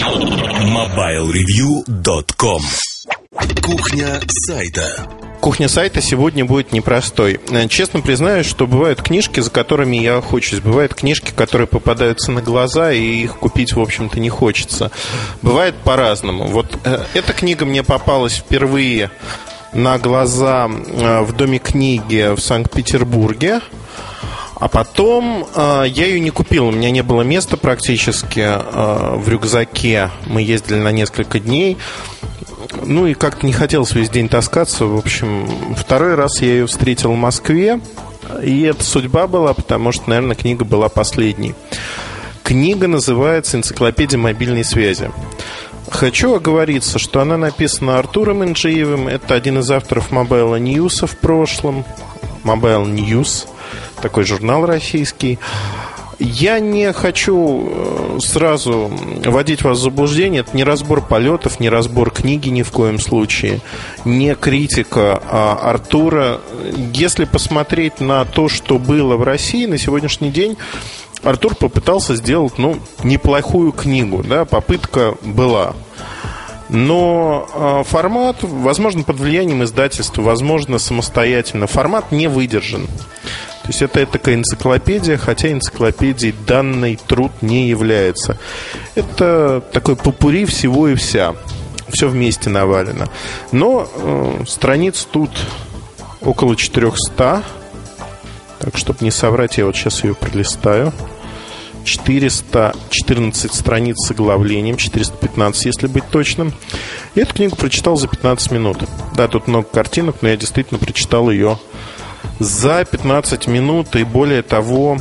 MobileReview.com. Кухня сайта. Кухня сайта сегодня будет непростой. Честно признаюсь, что бывают книжки, за которыми я охочусь. Бывают книжки, которые попадаются на глаза, и их купить, в общем-то, не хочется. Бывает по-разному. Вот эта книга мне попалась впервые на глаза в Доме книги в Санкт-Петербурге. А потом я ее не купил, у меня не было места практически в рюкзаке. Мы ездили на несколько дней. Ну и как-то не хотелось весь день таскаться. В общем, второй раз я ее встретил в Москве. И это судьба была, потому что, наверное, книга была последней. Книга называется «Энциклопедия мобильной связи». Хочу оговориться, что она написана Артуром Инджиевым. Это один из авторов Mobile News в прошлом. Mobile News, такой журнал российский. Я не хочу сразу вводить вас в заблуждение. Это не разбор полетов, не разбор книги ни в коем случае, не критика Артура. Если посмотреть на то, что было в России на сегодняшний день, Артур попытался сделать, неплохую книгу, да, попытка была. Но формат, возможно, под влиянием издательства, возможно, самостоятельно, формат не выдержан. То есть это такая энциклопедия, хотя энциклопедией данный труд не является. Это такой попурри всего и вся. Все вместе навалено. Но страниц тут около 400. Так, чтобы не соврать, я вот сейчас ее пролистаю. 414 страниц с оглавлением, 415, если быть точным. И эту книгу прочитал за 15 минут. Да, тут много картинок, но я действительно прочитал ее за 15 минут. И более того,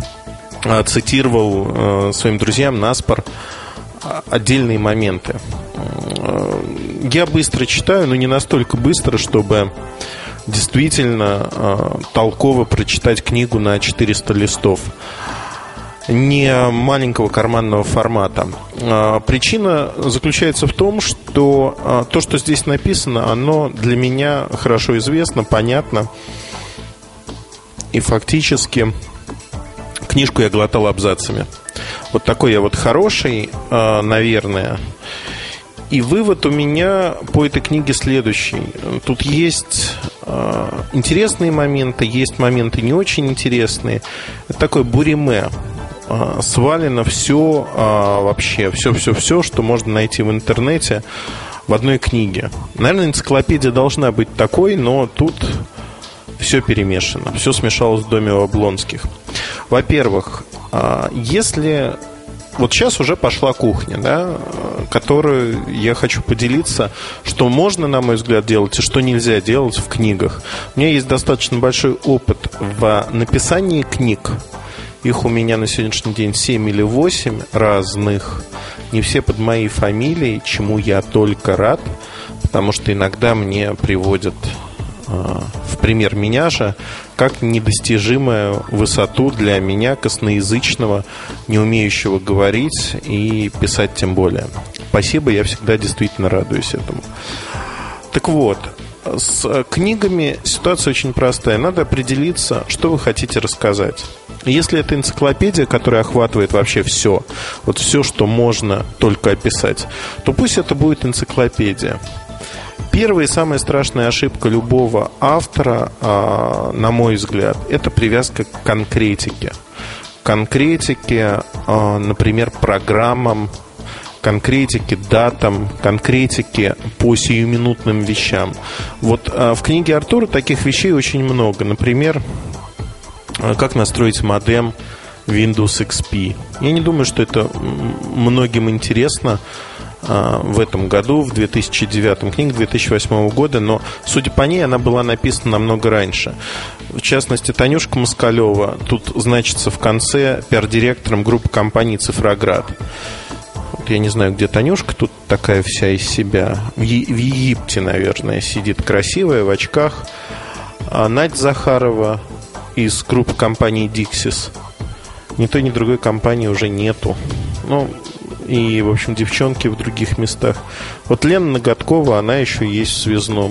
цитировал своим друзьям наспор отдельные моменты. Я быстро читаю, но не настолько быстро, чтобы действительно толково прочитать книгу на 400 листов. Не маленького карманного формата. Причина заключается в том, что то, что здесь написано, оно для меня хорошо известно, понятно. И фактически книжку я глотал абзацами. Вот такой я вот хороший, наверное. И вывод у меня по этой книге следующий. Тут есть интересные моменты, есть моменты не очень интересные. Это такое буриме. Свалено все, вообще все, что можно найти в интернете в одной книге. Наверное, энциклопедия должна быть такой, но тут все перемешано, все смешалось в доме у Облонских. Во-первых, если... Вот сейчас уже пошла кухня, да, которую я хочу поделиться, что можно, на мой взгляд, делать и что нельзя делать в книгах. У меня есть достаточно большой опыт в написании книг. Их у меня на сегодняшний день 7 или 8 разных. Не все под моей фамилией, чему я только рад, потому что иногда мне приводят в пример меня же как недостижимую высоту для меня, косноязычного, не умеющего говорить и писать тем более. Спасибо, я всегда действительно радуюсь этому. Так вот, с книгами ситуация очень простая. Надо определиться, что вы хотите рассказать. Если это энциклопедия, которая охватывает вообще все, вот все, что можно только описать, то пусть это будет энциклопедия. Первая и самая страшная ошибка любого автора, на мой взгляд, это привязка к конкретике. Конкретике, например, программам, конкретике, датам, конкретике по сиюминутным вещам. Вот в книге Артура таких вещей очень много. Например, как настроить модем Windows XP. Я не думаю, что это многим интересно в этом году, в 2009, книга 2008 года, но, судя по ней, она была написана намного раньше. В частности, Танюшка Москалева тут значится в конце пиар-директором группы компании «Цифроград». Вот я не знаю, где Танюшка, тут такая вся из себя. В Египте, наверное, сидит красивая, в очках. А Надя Захарова из группы компании «Dixis». Ни той, ни другой компании уже нету. И, в общем, девчонки в других местах. Вот Лена Ноготкова, она еще есть в связном.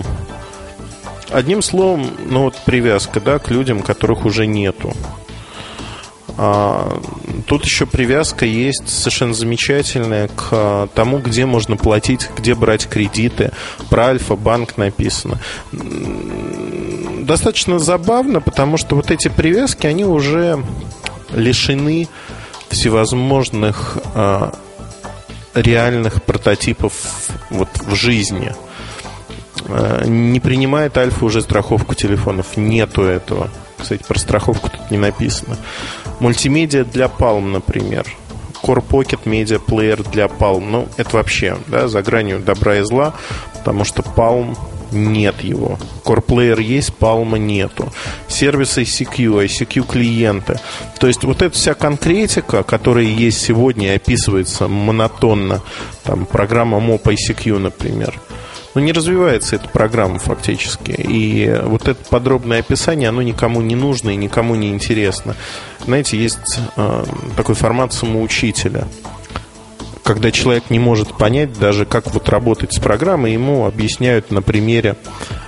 Одним словом, привязка, да, к людям, которых уже нету. Тут еще привязка есть совершенно замечательная к тому, где можно платить, где брать кредиты. Про Альфа-банк написано. Достаточно забавно, потому что вот эти привязки, они уже лишены всевозможных реальных прототипов вот в жизни. Не принимает Альфа уже страховку телефонов. Нету этого. Кстати, про страховку тут не написано. Мультимедиа для Palm, например. Core Pocket Media Player для Palm. Ну, это вообще, да, за гранью добра и зла, потому что Palm нет его. Core Player есть, Palm нету. Сервисы ICQ клиенты. То есть вот эта вся конкретика, которая есть сегодня и описывается монотонно, там, программа MOP ICQ, например, но не развивается эта программа фактически. И вот это подробное описание, оно никому не нужно и никому не интересно. Знаете, есть такой формат самоучителя, когда человек не может понять даже, как вот работать с программой, ему объясняют на примере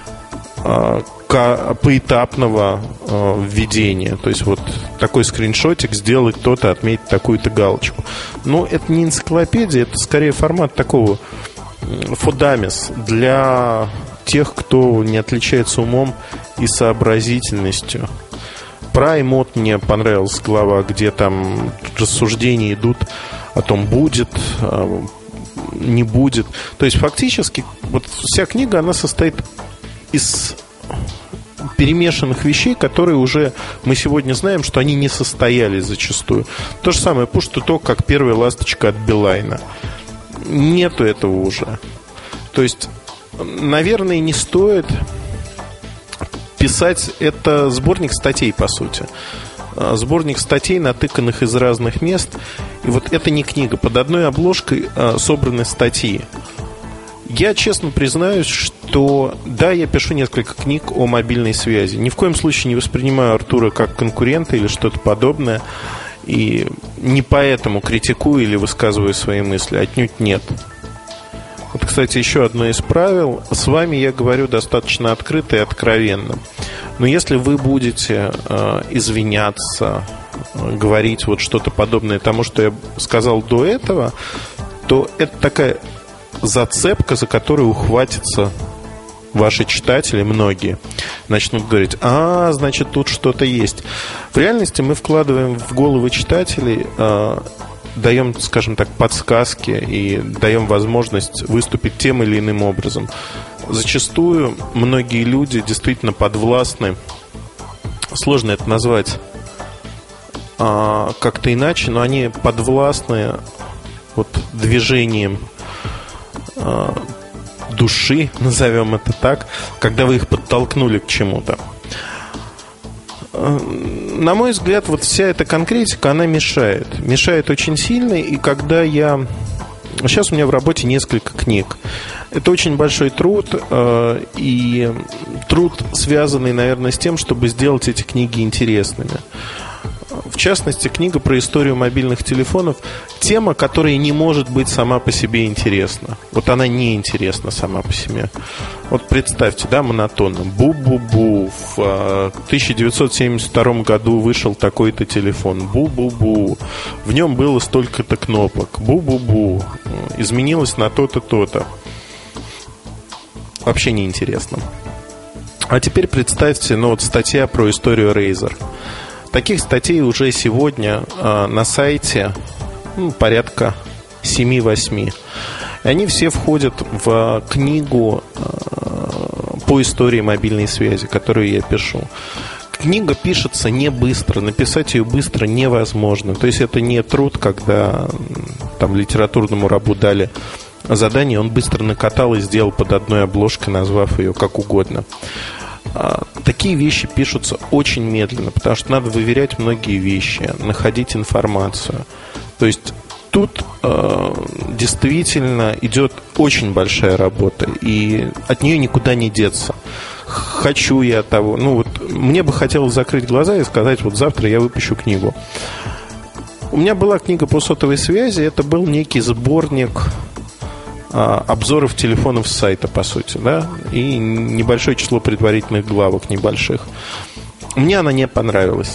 поэтапного введения. То есть вот такой скриншотик, сделать то-то, отметить такую-то галочку. Но это не энциклопедия, это скорее формат такого фудамис для тех, кто не отличается умом и сообразительностью. Про эмот мне понравилась глава, где там рассуждения идут о том, будет, не будет. То есть фактически вот вся книга, она состоит из перемешанных вещей, которые уже мы сегодня знаем, что они не состоялись зачастую. То же самое push to talk, как первая ласточка от Билайна. Нету этого уже. То есть, наверное, не стоит писать. Это сборник статей, по сути. Сборник статей, натыканных из разных мест. И вот это не книга. Под одной обложкой собраны статьи. Я честно признаюсь, что да, я пишу несколько книг о мобильной связи. Ни в коем случае не воспринимаю Артура как конкурента или что-то подобное. И не поэтому критикую или высказываю свои мысли. Отнюдь нет. Вот, кстати, еще одно из правил. С вами я говорю достаточно открыто и откровенно. Но если вы будете извиняться, говорить вот что-то подобное тому, что я сказал до этого, то это такая зацепка, за которую ухватятся ваши читатели, многие, начнут говорить: значит, тут что-то есть. В реальности мы вкладываем в головы читателей, даем, скажем так, подсказки и даем возможность выступить тем или иным образом. Зачастую многие люди действительно подвластны, сложно это назвать как-то иначе, но они подвластны вот движением души, назовем это так, когда вы их подтолкнули к чему-то. На мой взгляд, вот вся эта конкретика, она мешает. Мешает очень сильно. И когда я... Сейчас у меня в работе несколько книг. Это очень большой труд. И труд, связанный, наверное, с тем, чтобы сделать эти книги интересными. В частности, книга про историю мобильных телефонов. Тема, которая не может быть сама по себе интересна. Вот она не интересна сама по себе. Вот представьте, да, монотонно. Бу-бу-бу. В 1972 году вышел такой-то телефон. Бу-бу-бу. В нем было столько-то кнопок. Бу-бу-бу. Изменилось на то-то, то-то. Вообще не интересно. А теперь представьте, вот статья про историю Razer. Таких статей уже сегодня на сайте порядка 7-8. И они все входят в книгу по истории мобильной связи, которую я пишу. Книга пишется не быстро, написать ее быстро невозможно. То есть это не труд, когда там литературному рабу дали задание, он быстро накатал и сделал под одной обложкой, назвав ее как угодно. Такие вещи пишутся очень медленно, потому что надо выверять многие вещи, находить информацию. То есть тут действительно идет очень большая работа, и от нее никуда не деться. Хочу я того. Мне бы хотелось закрыть глаза и сказать: вот завтра я выпущу книгу. У меня была книга по сотовой связи. Это был некий сборник обзоров телефонов с сайта, по сути, да, и небольшое число предварительных главок небольших. Мне она не понравилась.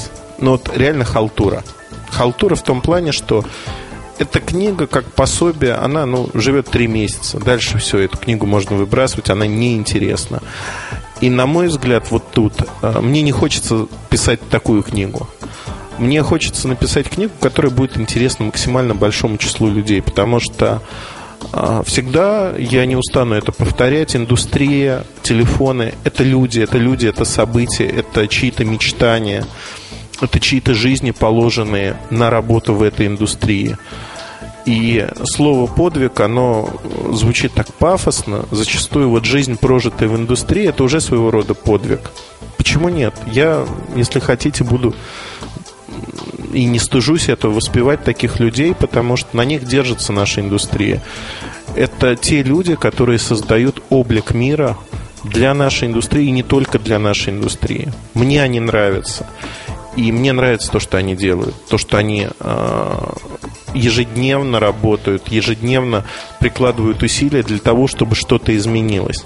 ну вот реально халтура. Халтура в том плане, что эта книга, как пособие, она живет 3 месяца. Дальше все, эту книгу можно выбрасывать, она неинтересна. И, на мой взгляд, вот тут мне не хочется писать такую книгу. Мне хочется написать книгу, которая будет интересна максимально большому числу людей. Потому что всегда, я не устану это повторять, индустрия, телефоны – это люди, это события, это чьи-то мечтания, это чьи-то жизни, положенные на работу в этой индустрии. И слово «подвиг», оно звучит так пафосно. Зачастую вот жизнь, прожитая в индустрии, это уже своего рода подвиг. Почему нет? Я, если хотите, буду и не стыжусь этого воспевать таких людей, потому что на них держится наша индустрия. Это те люди, которые создают облик мира для нашей индустрии и не только для нашей индустрии. Мне они нравятся. И мне нравится то, что они делают. То, что они ежедневно работают, ежедневно прикладывают усилия для того, чтобы что-то изменилось.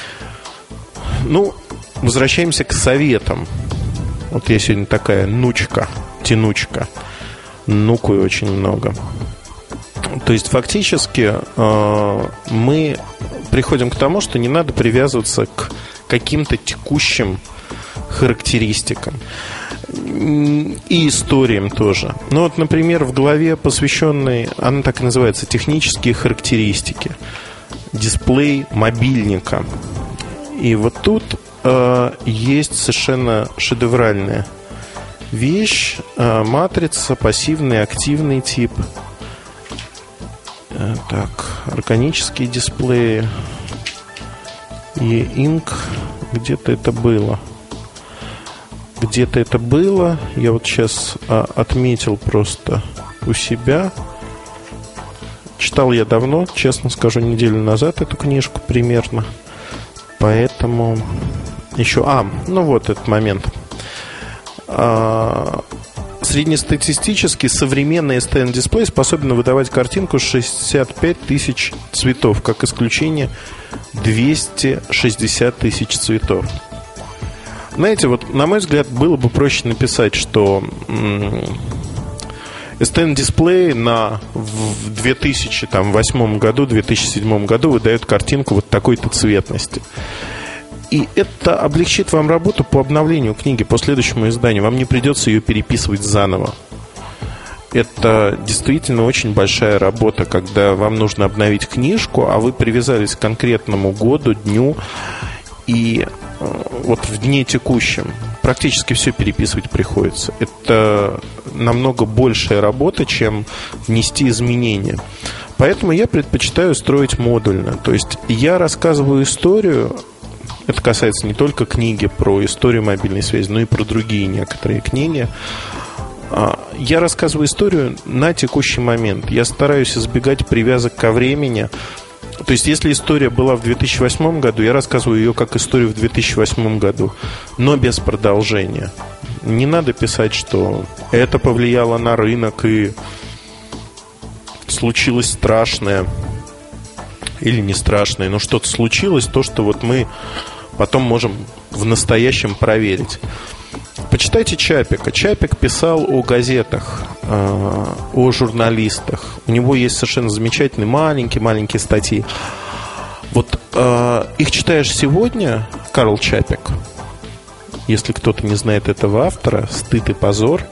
Возвращаемся к советам. Вот я сегодня такая тянучка. Нукаю очень много. То есть фактически мы приходим к тому, что не надо привязываться к каким-то текущим характеристикам и историям тоже. Вот, например, в главе, посвященной, она так и называется, технические характеристики, дисплей мобильника. И вот тут есть совершенно шедевральная вещь, матрица, пассивный, активный тип. Так, органические дисплеи, E-Ink, где-то это было. Я вот сейчас отметил просто у себя. Читал я давно, честно скажу, неделю назад эту книжку примерно. Поэтому еще... вот этот момент. Среднестатистически современный STN-дисплей способен выдавать картинку 65 тысяч цветов. Как исключение, 260 тысяч цветов. Знаете, вот, на мой взгляд, было бы проще написать, что STN-дисплей в 2008 году, 2007 году выдает картинку вот такой-то цветности. И это облегчит вам работу по обновлению книги, по следующему изданию. Вам не придется ее переписывать заново. Это действительно очень большая работа, когда вам нужно обновить книжку, а вы привязались к конкретному году, дню. И вот в дне текущем практически все переписывать приходится. Это намного большая работа, чем внести изменения. Поэтому я предпочитаю строить модульно. То есть я рассказываю историю. Это касается не только книги про историю мобильной связи, но и про другие некоторые книги. Я рассказываю историю на текущий момент. Я стараюсь избегать привязок ко времени. То есть, если история была в 2008 году, я рассказываю ее как историю в 2008 году, но без продолжения. Не надо писать, что это повлияло на рынок и случилось страшное или не страшное, но что-то случилось, то, что вот мы потом можем в настоящем проверить. Почитайте Чапика. Чапик писал о газетах, о журналистах. У него есть совершенно замечательные маленькие статьи. Вот их читаешь сегодня, Карл Чапик. Если кто-то не знает этого автора, стыд и позор.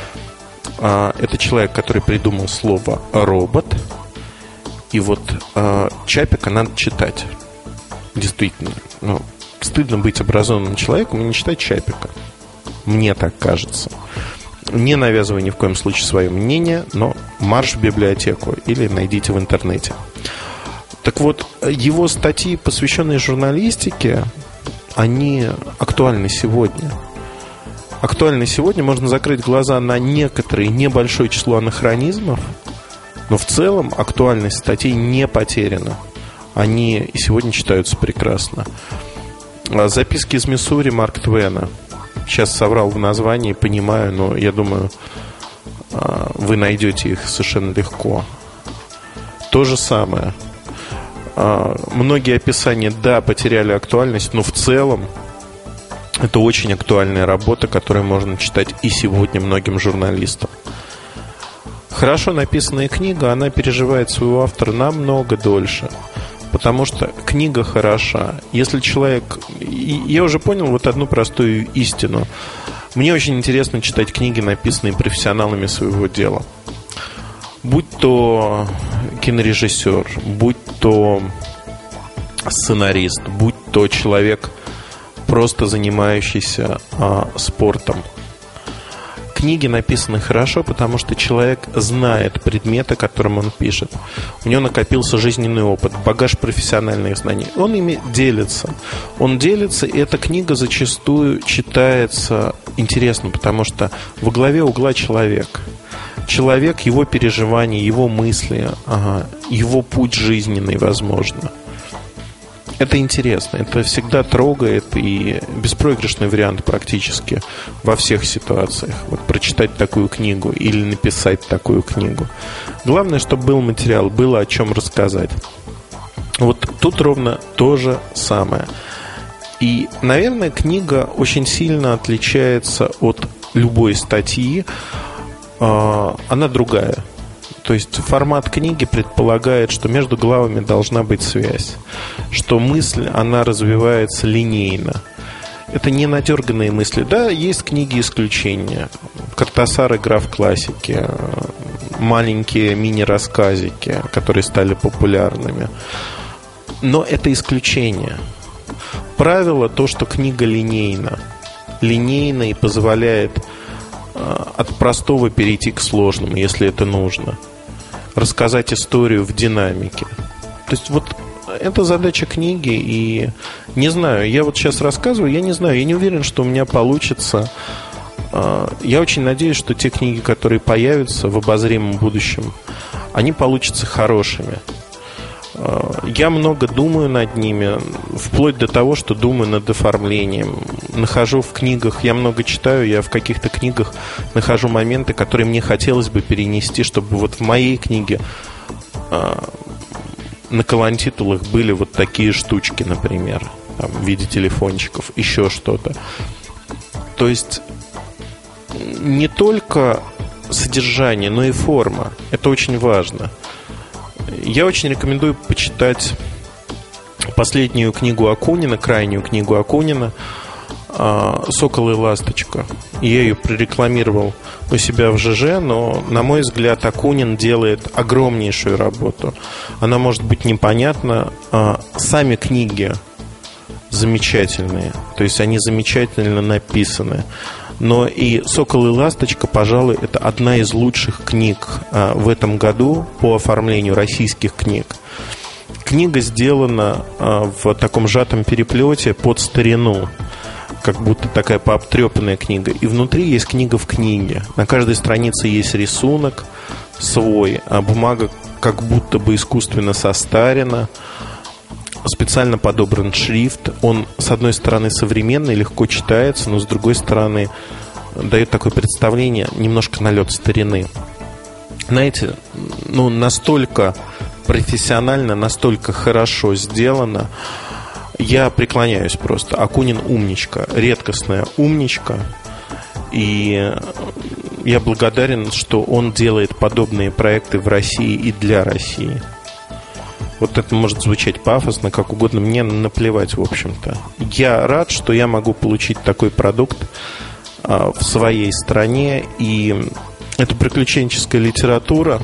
Это человек, который придумал слово «робот». И вот Чапика надо читать. Действительно. Стыдно быть образованным человеком и не читать Чапика. Мне так кажется. Не навязывай ни в коем случае свое мнение, но марш в библиотеку или найдите в интернете. Так вот, его статьи, посвященные журналистике, они актуальны сегодня. Актуальны сегодня. Можно закрыть глаза на некоторые небольшое число анахронизмов, но в целом актуальность статей не потеряна. Они и сегодня читаются прекрасно. Записки из Миссури Марка Твена. Сейчас соврал в названии, понимаю, но я думаю, вы найдете их совершенно легко. То же самое. Многие описания, да, потеряли актуальность, но в целом Это очень актуальная работа, которую можно читать и сегодня многим журналистам. Хорошо написанная книга, она переживает своего автора намного дольше. Потому что книга хороша. Если человек... Я уже понял вот одну простую истину. Мне очень интересно читать книги, написанные профессионалами своего дела. Будь то кинорежиссер, будь то сценарист, будь то человек, просто занимающийся спортом. Книги написаны хорошо, потому что человек знает предметы, которым он пишет. У него накопился жизненный опыт, багаж профессиональных знаний. Он ими делится. Он делится, и эта книга зачастую читается интересно, потому что во главе угла человек. Человек, его переживания, его мысли, его путь жизненный, возможно. Это интересно, это всегда трогает, и беспроигрышный вариант практически во всех ситуациях. Вот прочитать такую книгу или написать такую книгу. Главное, чтобы был материал, было о чем рассказать. Вот тут ровно то же самое. И, наверное, книга очень сильно отличается от любой статьи. Она другая. То есть формат книги предполагает, что между главами должна быть связь, что мысль, она развивается линейно. Это не надерганные мысли. Да, есть книги исключения. Картасар, игра в классике, маленькие мини-рассказики, которые стали популярными. Но это исключение. Правило то, что книга линейна. Линейна и позволяет от простого перейти к сложному, если это нужно. Рассказать историю в динамике. То есть вот это задача книги. И не знаю, я вот сейчас рассказываю, я не знаю, я не уверен, что у меня получится. Я очень надеюсь, что те книги, которые появятся в обозримом будущем, они получатся хорошими. Я много думаю над ними, вплоть до того, что думаю над оформлением. Нахожу в книгах, я много читаю, я в каких-то книгах нахожу моменты, которые мне хотелось бы перенести, чтобы вот в моей книге на колонтитулах были вот такие штучки, например, там, в виде телефончиков, еще что-то. То есть не только содержание, но и форма. Это очень важно. Я очень рекомендую почитать последнюю книгу Акунина, крайнюю книгу Акунина «Сокол и ласточка». Я ее прорекламировал у себя в ЖЖ, но, на мой взгляд, Акунин делает огромнейшую работу. Она может быть непонятна. Сами книги замечательные, то есть они замечательно написаны. Но и «Сокол и ласточка», пожалуй, это одна из лучших книг в этом году по оформлению российских книг. Книга сделана в таком сжатом переплете под старину, как будто такая пообтрепанная книга. И внутри есть книга в книге. На каждой странице есть рисунок свой, а бумага как будто бы искусственно состарена. Специально подобран шрифт. Он, с одной стороны, современный, легко читается, но с другой стороны, дает такое представление, немножко налет старины. Знаете, настолько профессионально, настолько хорошо сделано. Я преклоняюсь просто. Акунин умничка, редкостная умничка. И я благодарен, что он делает подобные проекты в России и для России. Вот это может звучать пафосно, как угодно. Мне наплевать, в общем-то. Я рад, что я могу получить такой продукт в своей стране. И это приключенческая литература.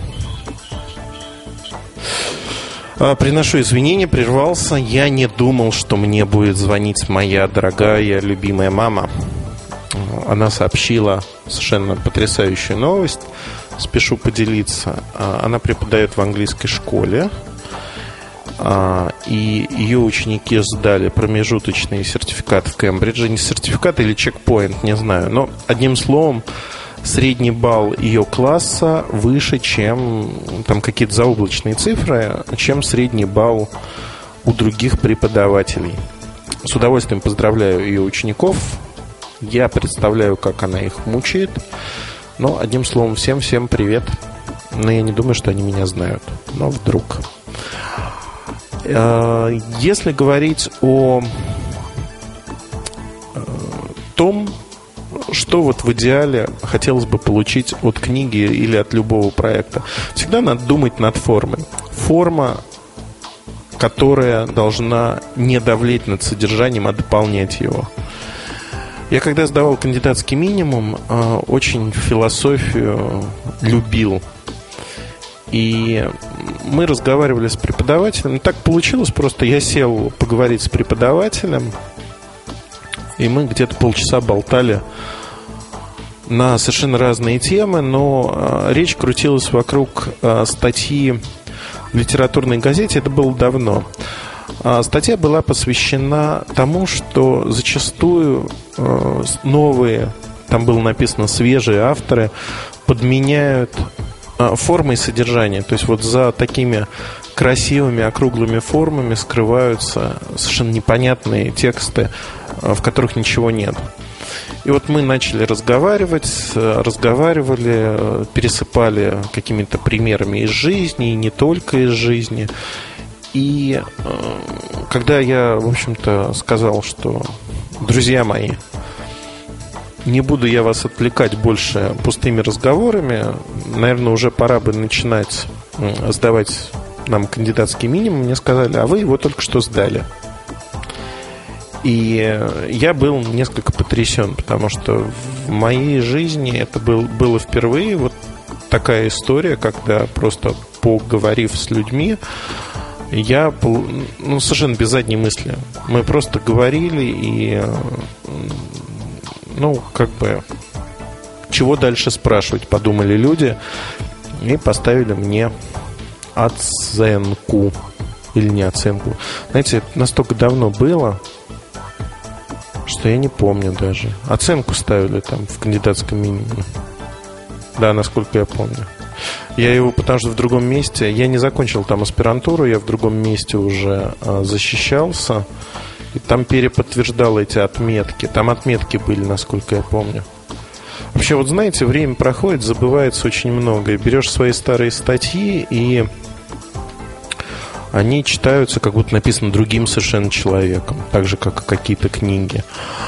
Приношу извинения, прервался. Я не думал, что мне будет звонить моя дорогая, любимая мама. Она сообщила совершенно потрясающую новость. Спешу поделиться. Она преподает в английской школе. И ее ученики сдали промежуточный сертификат в Кембридже. Не сертификат или чекпоинт, не знаю. Но, одним словом, средний балл ее класса выше, чем там какие-то заоблачные цифры, чем средний балл у других преподавателей. С удовольствием поздравляю ее учеников. Я представляю, как она их мучает. Но, одним словом, всем привет. Но я не думаю, что они меня знают. Но вдруг. Если говорить о том, что вот в идеале хотелось бы получить от книги или от любого проекта. Всегда надо думать над формой. Форма, которая должна не давлеть над содержанием, а дополнять его. Я когда сдавал кандидатский минимум, очень философию любил. И мы разговаривали с преподавателем. Так получилось, просто я сел поговорить с преподавателем, и мы где-то полчаса болтали на совершенно разные темы, но речь крутилась вокруг статьи в литературной газете. Это было давно. Статья была посвящена тому, что зачастую новые, там было написано свежие авторы, подменяют формой содержания. То есть вот за такими красивыми округлыми формами скрываются совершенно непонятные тексты, в которых ничего нет. И вот мы начали разговаривали, пересыпали какими-то примерами из жизни, и не только из жизни. И когда я, в общем-то, сказал, что, друзья мои, не буду я вас отвлекать больше пустыми разговорами, наверное, уже пора бы начинать сдавать нам кандидатский минимум, мне сказали, а вы его только что сдали. И я был несколько потрясен, потому что в моей жизни это было впервые вот такая история, когда просто поговорив с людьми, я, совершенно без задней мысли, мы просто говорили и, чего дальше спрашивать, подумали люди и поставили мне оценку. Или не оценку. Знаете, это настолько давно было, что я не помню даже. Оценку ставили там в кандидатском минимуме. Да, насколько я помню. Я его, потому что в другом месте, я не закончил там аспирантуру, я в другом месте уже защищался, и там переподтверждал эти отметки. Там отметки были, насколько я помню. Вообще, вот знаете, время проходит, забывается очень много. И берешь свои старые статьи, и они читаются, как будто написано другим совершенно человеком, так же, как и какие-то книги.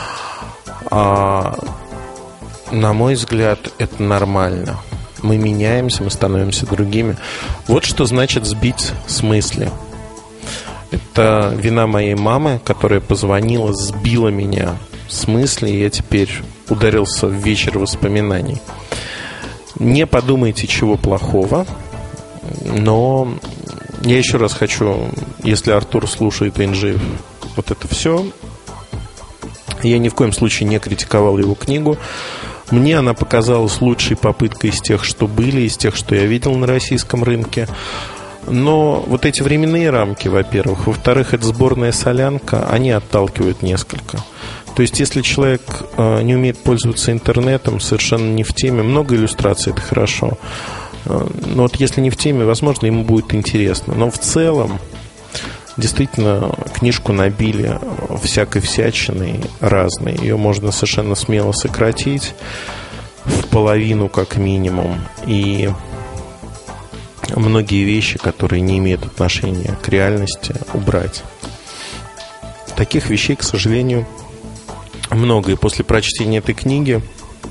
А на мой взгляд, это нормально. Мы меняемся, мы становимся другими. Вот что значит сбить с мысли. Это вина моей мамы, которая позвонила, сбила меня с мысли, и я теперь ударился в вечер воспоминаний. Не подумайте чего плохого, но я еще раз хочу, если Артур слушает Инжи, вот это все, я ни в коем случае не критиковал его книгу. Мне она показалась лучшей попыткой из тех, что были, из тех, что я видел на российском рынке. Но вот эти временные рамки, во-первых. Во-вторых, эта сборная солянка, они отталкивают несколько. То есть, если человек не умеет пользоваться интернетом, совершенно не в теме, много иллюстраций, это хорошо. Но вот если не в теме, возможно, ему будет интересно. Но в целом, действительно, книжку набили всякой всячиной разной. Ее можно совершенно смело сократить в половину, как минимум. И многие вещи, которые не имеют отношения к реальности, убрать. Таких вещей, к сожалению, много. И после прочтения этой книги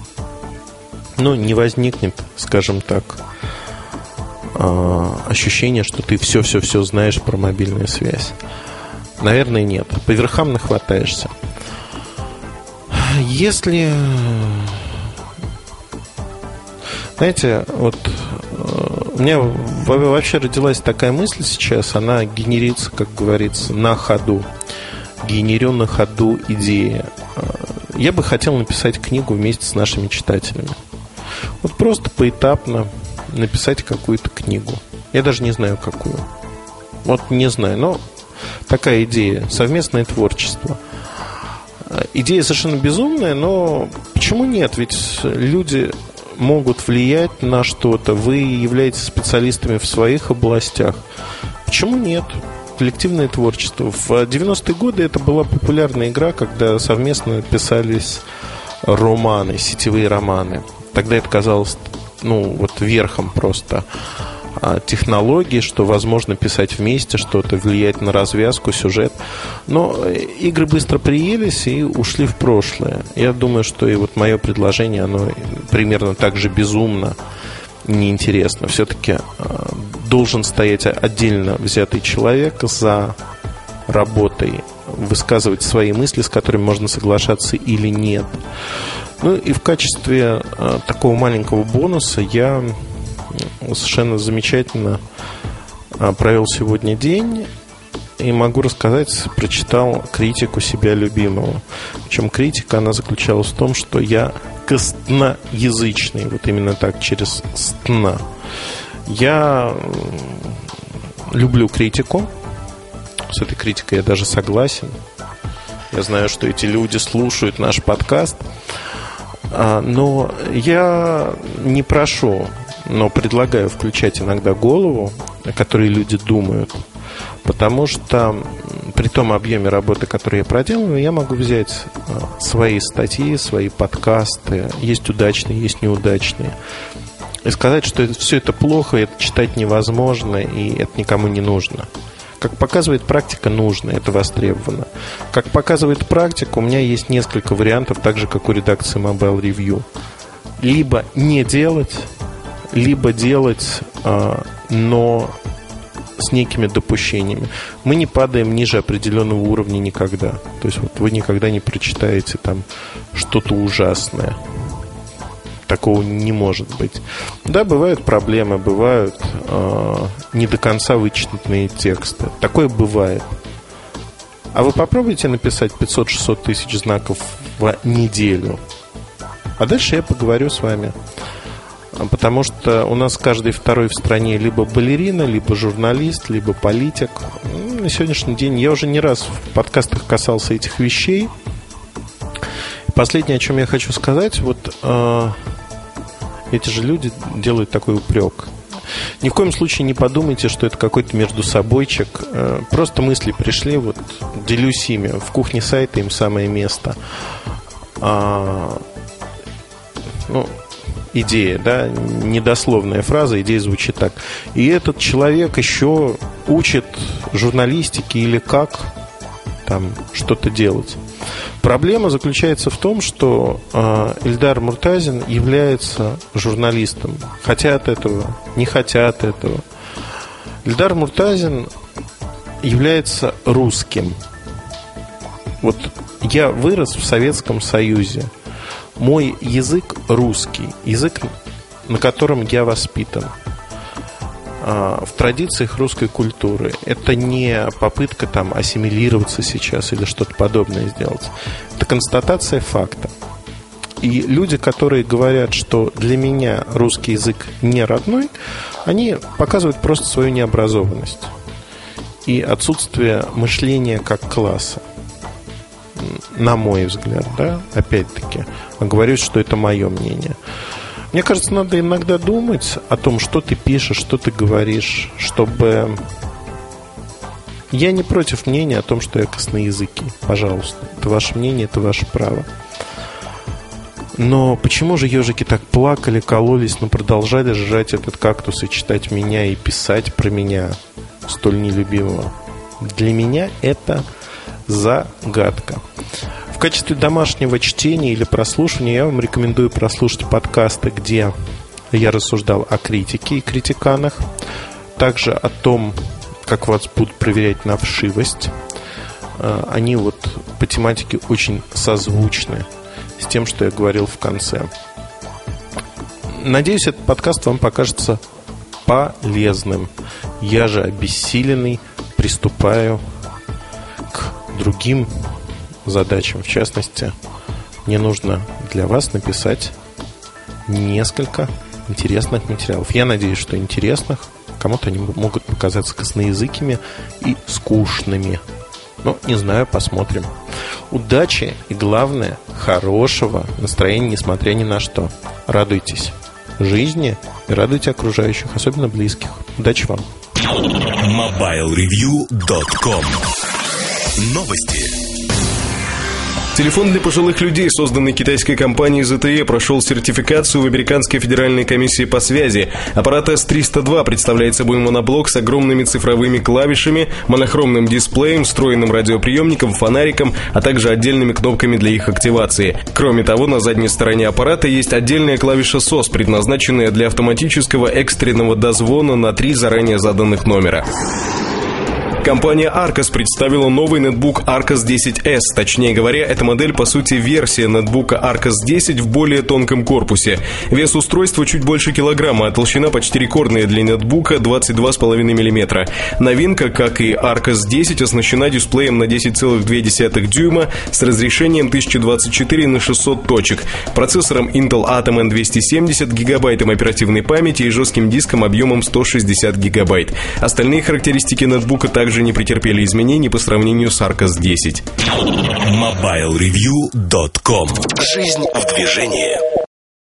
не возникнет, скажем так, ощущение, что ты все знаешь про мобильную связь. Наверное, нет. По верхам нахватаешься. Если... Знаете, вот у меня вообще родилась такая мысль сейчас, она генерится, как говорится, на ходу. Генерю на ходу идеи. Я бы хотел написать книгу вместе с нашими читателями. Вот просто поэтапно написать какую-то книгу. Я даже не знаю, какую. Вот не знаю, но такая идея. Совместное творчество. Идея совершенно безумная, но почему нет? Ведь люди могут влиять на что-то. Вы являетесь специалистами в своих областях. Почему нет? Коллективное творчество. В 90-е годы это была популярная игра, когда совместно писались романы, сетевые романы. Тогда это казалось, верхом просто технологий, что возможно писать вместе что-то, влиять на развязку, сюжет. Но игры быстро приелись и ушли в прошлое. Я думаю, что и вот мое предложение, оно примерно так же безумно неинтересно. Все-таки должен стоять отдельно взятый человек за работой, высказывать свои мысли, с которыми можно соглашаться или нет. Ну и в качестве такого маленького бонуса я совершенно замечательно провел сегодня день и могу рассказать, прочитал критику себя любимого. Причем критика, она заключалась в том, что я костноязычный, вот именно так, через стна. Я люблю критику. С этой критикой я даже согласен. Я знаю, что эти люди слушают наш подкаст. Но я не прошу, но предлагаю включать иногда голову, о которой люди думают. Потому что при том объеме работы, который я проделываю, я могу взять свои статьи, свои подкасты, есть удачные, есть неудачные, и сказать, что все это плохо, это читать невозможно, и это никому не нужно. Как показывает практика, нужно, это востребовано. Как показывает практика, у меня есть несколько вариантов, так же, как у редакции Mobile Review. Либо не делать, либо делать, но с некими допущениями. Мы не падаем ниже определенного уровня никогда. То есть вот вы никогда не прочитаете там что-то ужасное. Такого не может быть. Да, бывают проблемы, бывают не до конца вычитанные тексты. Такое бывает. А вы попробуйте написать 500-600 тысяч знаков в неделю. А дальше я поговорю с вами. Потому что у нас каждый второй в стране либо балерина, либо журналист, либо политик. На сегодняшний день я уже не раз в подкастах касался этих вещей. Последнее, о чем я хочу сказать, вот эти же люди делают такой упрек. Ни в коем случае не подумайте, что это какой-то междусобойчик. Просто мысли пришли, вот делюсь ими. В кухне сайта им самое место. Идея, да, недословная фраза, идея звучит так. И этот человек еще учит журналистике или как там что-то делать. Проблема заключается в том, что Ильдар Муртазин является журналистом. Хотят этого, не хотят этого. Ильдар Муртазин является русским. Вот я вырос в Советском Союзе. Мой язык русский, язык, на котором я воспитан, в традициях русской культуры. Это не попытка там ассимилироваться сейчас или что-то подобное сделать. Это констатация факта. И люди, которые говорят, что для меня русский язык не родной, они показывают просто свою необразованность и отсутствие мышления как класса. На мой взгляд, да, опять-таки, говорю, что это мое мнение. Мне кажется, надо иногда думать о том, что ты пишешь, что ты говоришь, чтобы... Я не против мнения о том, что я косноязыкий. Пожалуйста, это ваше мнение, это ваше право. Но почему же ежики так плакали, кололись, но продолжали сжать этот кактус и читать меня и писать про меня, столь нелюбимого? Для меня это загадка. В качестве домашнего чтения или прослушивания я вам рекомендую прослушать подкасты, где я рассуждал о критике и критиканах, также о том, как вас будут проверять на вшивость. Они вот по тематике очень созвучны с тем, что я говорил в конце. Надеюсь, этот подкаст вам покажется полезным. Я же обессиленный приступаю к другим задачам. В частности, мне нужно для вас написать несколько интересных материалов. Я надеюсь, что интересных. Кому-то они могут показаться косноязыкими и скучными. Но не знаю, посмотрим. Удачи и, главное, хорошего настроения, несмотря ни на что. Радуйтесь жизни и радуйте окружающих, особенно близких. Удачи вам. MobileReview.com. Новости. Телефон для пожилых людей, созданный китайской компанией ZTE, прошел сертификацию в Американской федеральной комиссии по связи. Аппарат S302 представляет собой моноблок с огромными цифровыми клавишами, монохромным дисплеем, встроенным радиоприемником, фонариком, а также отдельными кнопками для их активации. Кроме того, на задней стороне аппарата есть отдельная клавиша SOS, предназначенная для автоматического экстренного дозвона на 3 заранее заданных номера. Компания Arcos представила новый нетбук Arcos 10S. Точнее говоря, эта модель, по сути, версия нетбука Arcos 10 в более тонком корпусе. Вес устройства чуть больше килограмма, а толщина почти рекордная для нетбука 22,5 мм. Новинка, как и Arcos 10, оснащена дисплеем на 10,2 дюйма с разрешением 1024 на 600 точек, процессором Intel Atom N270, гигабайтом оперативной памяти и жестким диском объемом 160 гигабайт. Остальные характеристики нетбука также не претерпели изменений по сравнению с Arcos 10. MobileReview.com. Жизнь в движении.